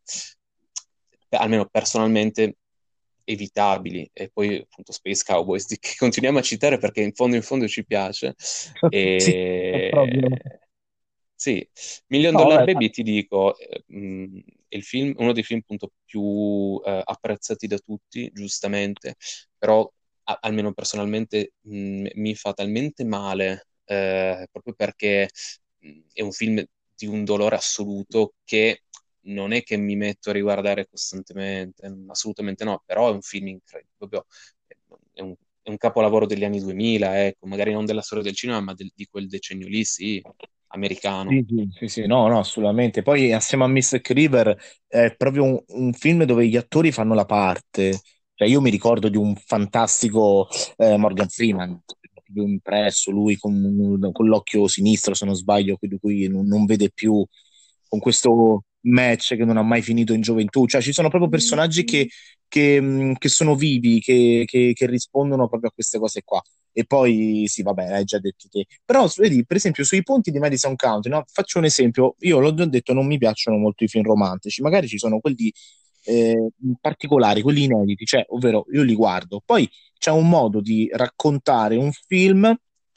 eh, almeno personalmente, evitabili. E poi appunto Space Cowboys, di- che continuiamo a citare perché in fondo in fondo ci piace. sì, è proprio... E... Sì, Million No, Dollar vabbè, Baby, ti dico, eh, mh, è il film, uno dei film appunto più eh, apprezzati da tutti, giustamente, però a- almeno personalmente mh, mi fa talmente male, eh, proprio perché mh, è un film di un dolore assoluto che non è che mi metto a riguardare costantemente, mh, assolutamente no, però è un film incredibile, proprio è un, è un capolavoro degli anni duemila, ecco, magari non della storia del cinema, ma del- di quel decennio lì, sì, americano. sì, sì, sì, sì, no, no, assolutamente. Poi assieme a Mystic River è proprio un, un film dove gli attori fanno la parte. Cioè, io mi ricordo di un fantastico eh, Morgan Freeman, proprio impresso, lui con, con l'occhio sinistro, se non sbaglio, di cui non, non vede più, con questo match che non ha mai finito in gioventù. Cioè, ci sono proprio personaggi che, che, mh, che sono vivi, che, che, che rispondono proprio a queste cose qua. E poi, sì, vabbè, hai già detto te. Però, vedi, per esempio, sui ponti di Madison County, no? Faccio un esempio. Io l'ho già detto, non mi piacciono molto i film romantici. Magari ci sono quelli eh, particolari, quelli inediti, cioè, ovvero io li guardo. Poi c'è un modo di raccontare un film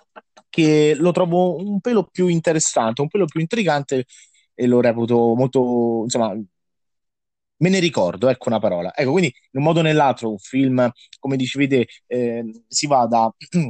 che lo trovo un pelo più interessante, un pelo più intrigante e lo reputo molto, insomma, me ne ricordo, ecco una parola. Ecco, quindi in un modo o nell'altro un film, come dicevi te, eh, si va da,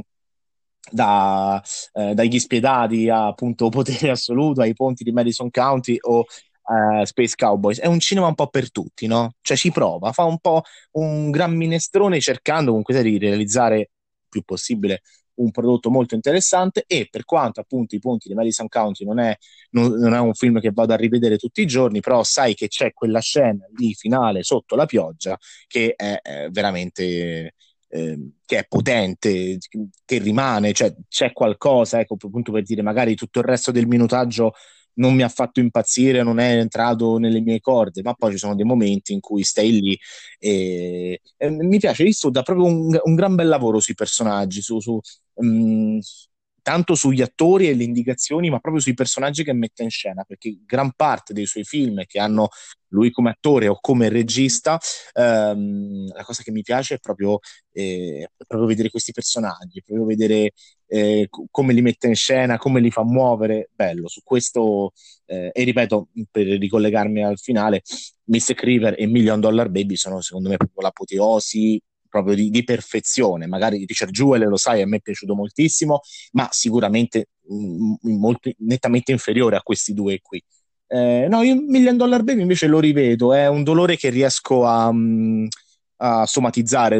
da, eh, dagli spiedati a appunto Potere Assoluto, ai ponti di Madison County o eh, Space Cowboys. È un cinema un po' per tutti, no? Cioè ci prova, fa un po' un gran minestrone cercando comunque sai, di realizzare il più possibile un prodotto molto interessante e per quanto appunto i ponti di Madison County non è non, non è un film che vado a rivedere tutti i giorni, però sai che c'è quella scena di finale sotto la pioggia che è, è veramente eh, che è potente, che rimane, cioè c'è qualcosa, ecco, appunto per dire magari tutto il resto del minutaggio non mi ha fatto impazzire, non è entrato nelle mie corde, ma poi ci sono dei momenti in cui stai lì e, e mi piace, visto da proprio un, un gran bel lavoro sui personaggi, su, su, mh, tanto sugli attori e le indicazioni, ma proprio sui personaggi che mette in scena, perché gran parte dei suoi film che hanno lui come attore o come regista, ehm, la cosa che mi piace è proprio, eh, è proprio vedere questi personaggi, proprio vedere eh, co- come li mette in scena, come li fa muovere, bello, su questo, eh, e ripeto, per ricollegarmi al finale, Mystic River e Million Dollar Baby sono secondo me proprio l'apoteosi proprio di, di perfezione. Magari Richard Jewell, lo sai, a me è piaciuto moltissimo, ma sicuramente mh, molto, nettamente inferiore a questi due qui. Eh, no, io Million Dollar Baby invece lo rivedo, è un dolore che riesco a, mm, a somatizzare,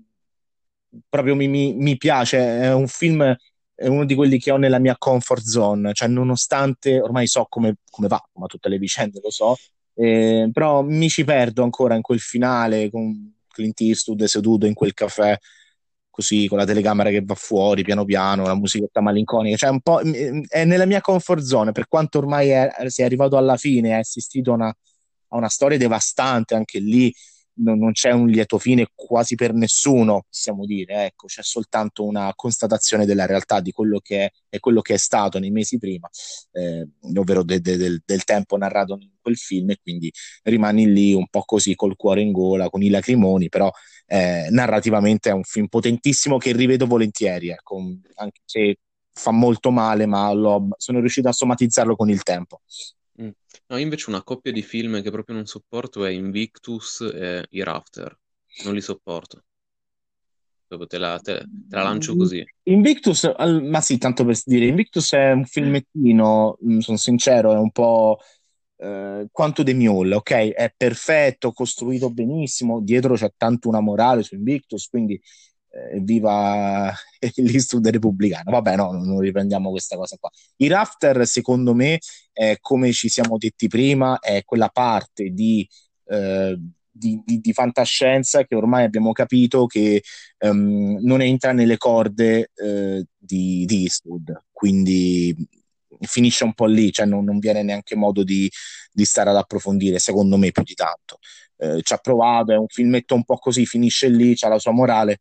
proprio mi, mi- mi piace, è un film, è uno di quelli che ho nella mia comfort zone, cioè nonostante ormai so come, come va, ma tutte le vicende lo so, eh, però mi ci perdo ancora in quel finale con Clint Eastwood seduto in quel caffè, così con la telecamera che va fuori piano piano, la musichetta malinconica, cioè un po' è nella mia comfort zone, per quanto ormai è, si è arrivato alla fine, è assistito a una, a una storia devastante anche lì, non, non c'è un lieto fine quasi per nessuno, possiamo dire, ecco, c'è soltanto una constatazione della realtà di quello che è e quello che è stato nei mesi prima, eh, ovvero de, de, del, del tempo narrato in quel film, e quindi rimani lì un po' così col cuore in gola, con i lacrimoni, però eh, narrativamente è un film potentissimo che rivedo volentieri, ecco, anche se fa molto male, ma l'ho- sono riuscito a somatizzarlo con il tempo. Mm. No, io invece una coppia di film che proprio non sopporto è Invictus e Hereafter. Non li sopporto. Proprio te la, te- te la lancio così. Invictus, al- ma sì, tanto per dire, Invictus è un filmettino, sono sincero, è un po' eh, quanto The Mule, ok? È perfetto, costruito benissimo, dietro c'è tanto una morale su Invictus, quindi eh, viva l'Istituto Repubblicano. Vabbè, no, non riprendiamo questa cosa qua. I Rafter, secondo me, è, come ci siamo detti prima, è quella parte di, eh, di, di- di fantascienza che ormai abbiamo capito che ehm, non entra nelle corde eh, di, di Eastwood, quindi finisce un po' lì, cioè non, non viene neanche modo di, di stare ad approfondire, secondo me, più di tanto. Eh, ci ha provato, è un filmetto un po' così, finisce lì, c'ha la sua morale.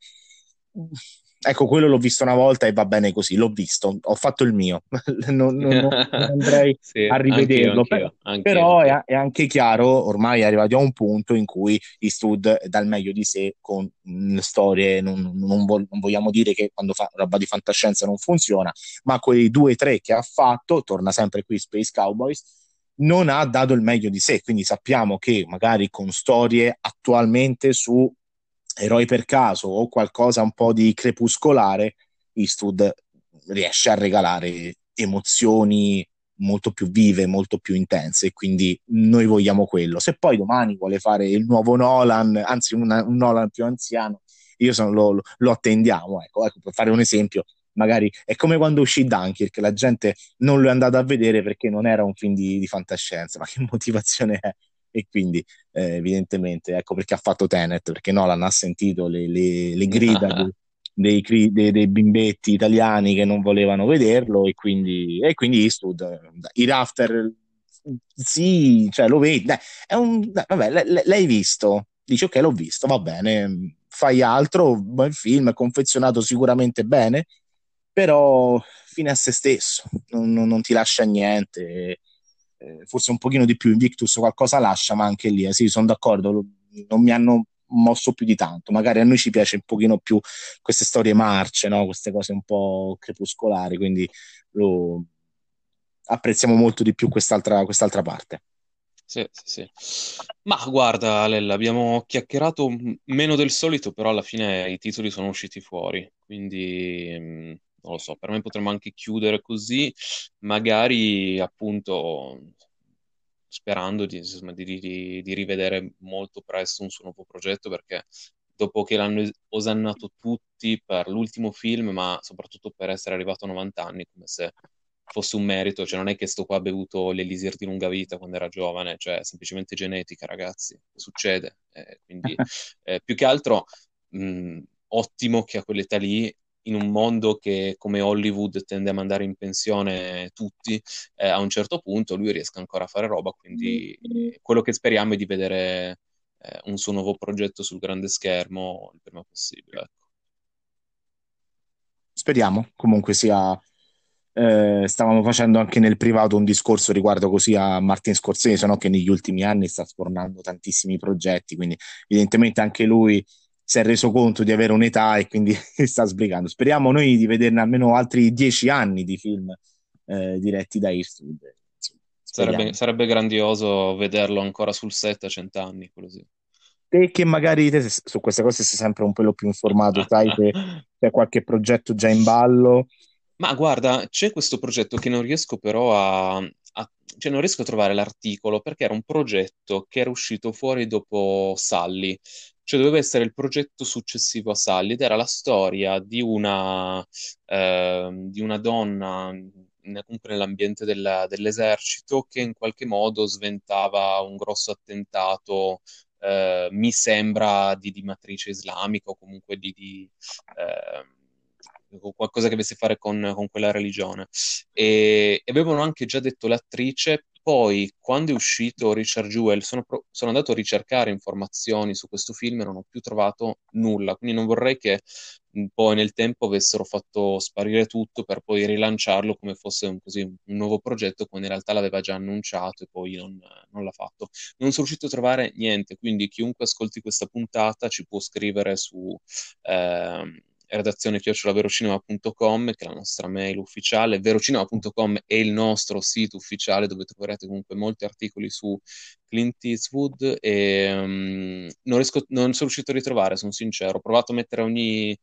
Ecco, quello l'ho visto una volta e va bene così, l'ho visto, ho fatto il mio, non, non- non andrei Sì, a anch'io, rivederlo, però, anch'io, anch'io, però anch'io. è, è anche chiaro, ormai è arrivati a un punto in cui Eastwood dà il meglio di sé con mh, storie, non, non vo- non vogliamo dire che quando fa roba di fantascienza non funziona, ma quei due o tre che ha fatto, torna sempre qui Space Cowboys, non ha dato il meglio di sé, quindi sappiamo che magari con storie attualmente su eroi per caso o qualcosa un po' di crepuscolare, Eastwood riesce a regalare emozioni molto più vive, molto più intense, e quindi noi vogliamo quello. Se poi domani vuole fare il nuovo Nolan, anzi una, un Nolan più anziano, io sono, lo, lo, attendiamo, ecco, ecco, per fare un esempio, magari è come quando uscì Dunkirk, la gente non lo è andata a vedere perché non era un film di, di fantascienza, ma che motivazione è? E quindi eh, evidentemente, ecco perché ha fatto Tenet, perché Nolan ha sentito le, le, le grida di, dei, cri- dei, dei bimbetti italiani che non volevano vederlo, e quindi, e quindi Eastwood, eh, i Rafter, sì, cioè lo vedi, dai, è un, dai, vabbè, l- l- l'hai visto, dici ok, l'ho visto, va bene, fai altro, buon film, confezionato sicuramente bene, però fine a se stesso, non, non- non ti lascia niente, eh, forse un pochino di più Invictus qualcosa lascia, ma anche lì, eh, sì, sono d'accordo, lo- non mi hanno mosso più di tanto, magari a noi ci piace un pochino più queste storie marce, no? Queste cose un po' crepuscolari, quindi lo apprezziamo molto di più quest'altra, quest'altra parte. Sì, sì, sì. Ma guarda, Lella, abbiamo chiacchierato m- meno del solito, però alla fine i titoli sono usciti fuori, quindi mh, non lo so, per me potremmo anche chiudere così, magari appunto sperando di, insomma, di, di- di rivedere molto presto un suo nuovo progetto, perché dopo che l'hanno es- osannato tutti per l'ultimo film, ma soprattutto per essere arrivato a novanta anni, come se fosse un merito, cioè non è che sto qua ha bevuto l'elisir di lunga vita quando era giovane, cioè è semplicemente genetica, ragazzi, succede. Eh, quindi eh, più che altro mh, ottimo che a quell'età lì, in un mondo che come Hollywood tende a mandare in pensione tutti, eh, a un certo punto lui riesca ancora a fare roba, quindi eh, quello che speriamo è di vedere eh, un suo nuovo progetto sul grande schermo il prima possibile. Ecco. Speriamo, comunque sia, eh, stavamo facendo anche nel privato un discorso riguardo così a Martin Scorsese, no? Che negli ultimi anni sta sfornando tantissimi progetti, quindi evidentemente anche lui si è reso conto di avere un'età e quindi sta sbrigando. Speriamo noi di vederne almeno altri dieci anni di film eh, diretti da Eastwood. Insomma, Sarebbe, speriamo. sarebbe grandioso vederlo ancora sul set a cent'anni, quello sì. Te che magari te su queste cose sei sempre un pelo più informato, sai se c'è qualche progetto già in ballo. Ma guarda, c'è questo progetto che non riesco però a, a- cioè non riesco a trovare l'articolo perché era un progetto che era uscito fuori dopo Sully, cioè doveva essere il progetto successivo a Sully ed era la storia di una, ehm, di una donna in- comunque nell'ambiente della- dell'esercito che in qualche modo sventava un grosso attentato, eh, mi sembra di, di matrice islamica o comunque di, di, ehm, o qualcosa che avesse a fare con, con quella religione. E, e avevano anche già detto l'attrice. Poi, quando è uscito Richard Jewell, sono, pro- sono andato a ricercare informazioni su questo film e non ho più trovato nulla. Quindi non vorrei che mh, poi nel tempo avessero fatto sparire tutto per poi rilanciarlo come fosse un, così, un nuovo progetto, quando in realtà l'aveva già annunciato e poi non, non l'ha fatto. Non sono riuscito a trovare niente, quindi chiunque ascolti questa puntata ci può scrivere su ehm, redazione chiocciola verocinema punto com, che è la nostra mail ufficiale. Verocinema punto com è il nostro sito ufficiale dove troverete comunque molti articoli su Clint Eastwood e um, non, riesco, non sono riuscito a ritrovare, sono sincero. Ho provato a mettere ogni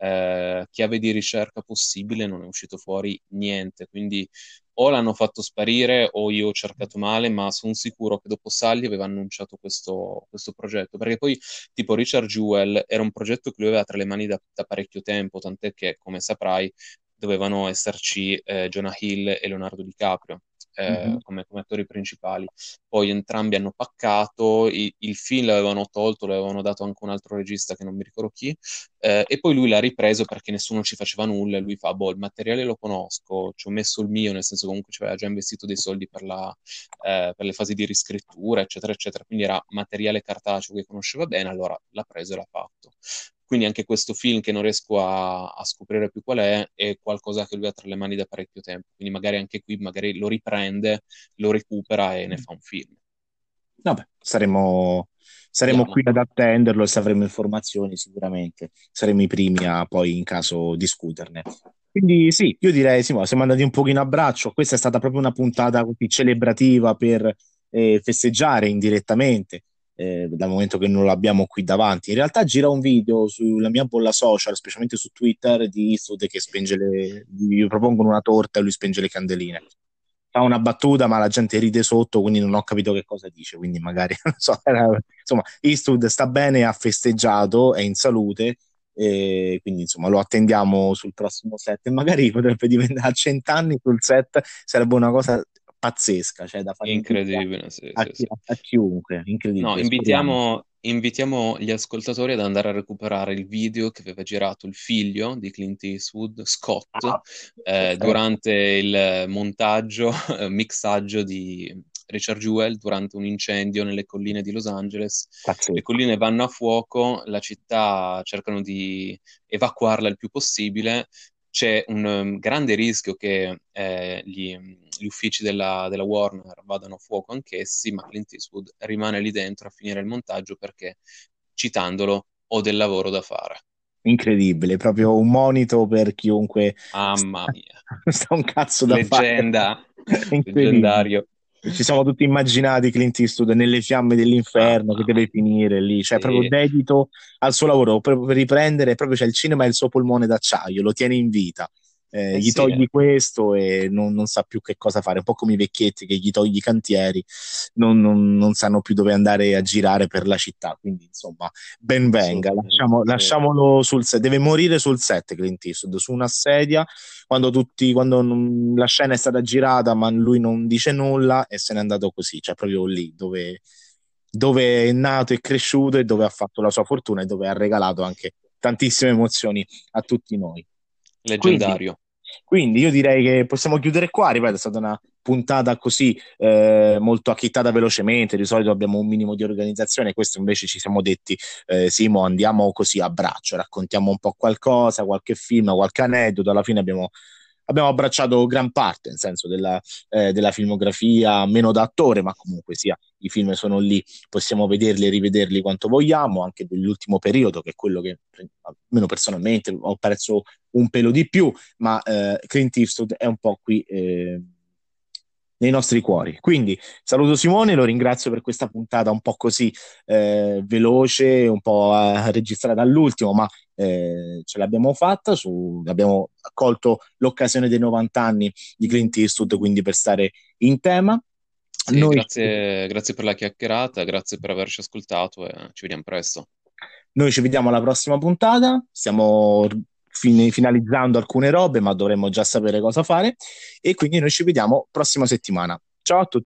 eh, chiave di ricerca possibile, non è uscito fuori niente, quindi o l'hanno fatto sparire o io ho cercato male, ma sono sicuro che dopo Sally aveva annunciato questo, questo progetto, perché poi tipo Richard Jewell era un progetto che lui aveva tra le mani da, da parecchio tempo, tant'è che, come saprai, dovevano esserci eh, Jonah Hill e Leonardo DiCaprio eh, Mhm. come, come attori principali. Poi entrambi hanno paccato, i- il film l'avevano tolto, l'avevano dato anche un altro regista che non mi ricordo chi, eh, e poi lui l'ha ripreso perché nessuno ci faceva nulla e lui fa, boh, il materiale lo conosco, ci ho messo il mio, nel senso comunque ci aveva già investito dei soldi per, la, eh, per le fasi di riscrittura, eccetera, eccetera, quindi era materiale cartaceo che conosceva bene, allora l'ha preso e l'ha fatto. Quindi anche questo film che non riesco a, a scoprire più qual è, è qualcosa che lui ha tra le mani da parecchio tempo, quindi magari anche qui magari lo riprende, lo recupera e ne fa un film. Vabbè, saremo, saremo Vediamo. qui ad attenderlo e se avremo informazioni sicuramente saremo i primi a poi in caso discuterne. Quindi sì, io direi Simone, siamo andati un pochino a braccio. Questa è stata proprio una puntata così celebrativa per eh, festeggiare indirettamente, eh, dal momento che non l'abbiamo qui davanti. In realtà gira un video sulla mia bolla social, specialmente su Twitter, di Eastwood che spenge le, gli propongono una torta e lui spenge le candeline. Fa una battuta, ma la gente ride sotto, quindi non ho capito che cosa dice. Quindi magari, non so, era- insomma, Eastwood sta bene, ha festeggiato, è in salute, e quindi insomma lo attendiamo sul prossimo set e magari potrebbe diventare a cent'anni sul set, sarebbe una cosa pazzesca, cioè da fare invidia Incredibile, sì, a, sì, chi- sì. a chiunque, No, incredibile, speriamo. invitiamo, invitiamo gli ascoltatori ad andare a recuperare il video che aveva girato il figlio di Clint Eastwood, Scott, Ah, eh, perfetto, durante il montaggio, eh, mixaggio di Richard Jewell durante un incendio nelle colline di Los Angeles. Le pazzesco, colline vanno a fuoco, la città cercano di evacuarla il più possibile. C'è un um, grande rischio che eh, gli, gli uffici della, della Warner vadano a fuoco anch'essi, ma Clint Eastwood rimane lì dentro a finire il montaggio perché, citandolo, ho del lavoro da fare. incredibile, proprio un monito per chiunque Mamma sta, mia, sta un cazzo da fare. leggenda, Incredibile. leggendario. Ci siamo tutti immaginati Clint Eastwood nelle fiamme dell'inferno che Mamma deve mia, finire lì, cioè proprio sì, dedito al suo lavoro, proprio per riprendere, proprio c'è il cinema è il suo polmone d'acciaio, lo tiene in vita. Eh, eh gli sì, togli questo e non, non sa più che cosa fare, un po' come i vecchietti che gli togli i cantieri, non, non- non sanno più dove andare a girare per la città. Quindi, insomma, ben venga, assolutamente, lasciamo- sì. lasciamolo sul set. Deve morire sul set Clint Eastwood, su una sedia, quando, tutti, quando non- la scena è stata girata, ma lui non dice nulla e se n'è andato così, cioè proprio lì dove, dove è nato e cresciuto e dove ha fatto la sua fortuna e dove ha regalato anche tantissime emozioni a tutti noi. Quindi, Leggendario. quindi io direi che possiamo chiudere qua, ripeto, è stata una puntata così eh, molto acchittata velocemente, di solito abbiamo un minimo di organizzazione, questo invece ci siamo detti, eh, Simo, andiamo così a braccio, raccontiamo un po' qualcosa, qualche film, qualche aneddoto, alla fine abbiamo, abbiamo abbracciato gran parte, nel senso della, eh, della filmografia, meno da attore, ma comunque sia, i film sono lì, possiamo vederli e rivederli quanto vogliamo, anche dell'ultimo periodo, che è quello che, almeno personalmente, ho apprezzo un pelo di più, ma eh, Clint Eastwood è un po' qui eh, nei nostri cuori. Quindi saluto Simone, lo ringrazio per questa puntata un po' così eh, veloce, un po' eh, registrata all'ultimo, ma eh, ce l'abbiamo fatta, su, abbiamo colto l'occasione dei novanta anni di Clint Eastwood, quindi per stare in tema. Sì, Noi, grazie, grazie per la chiacchierata, grazie per averci ascoltato e ci vediamo presto. noi ci vediamo alla prossima puntata, stiamo fin- finalizzando alcune robe, ma dovremmo già sapere cosa fare, e quindi noi ci vediamo prossima settimana. Ciao a tutti.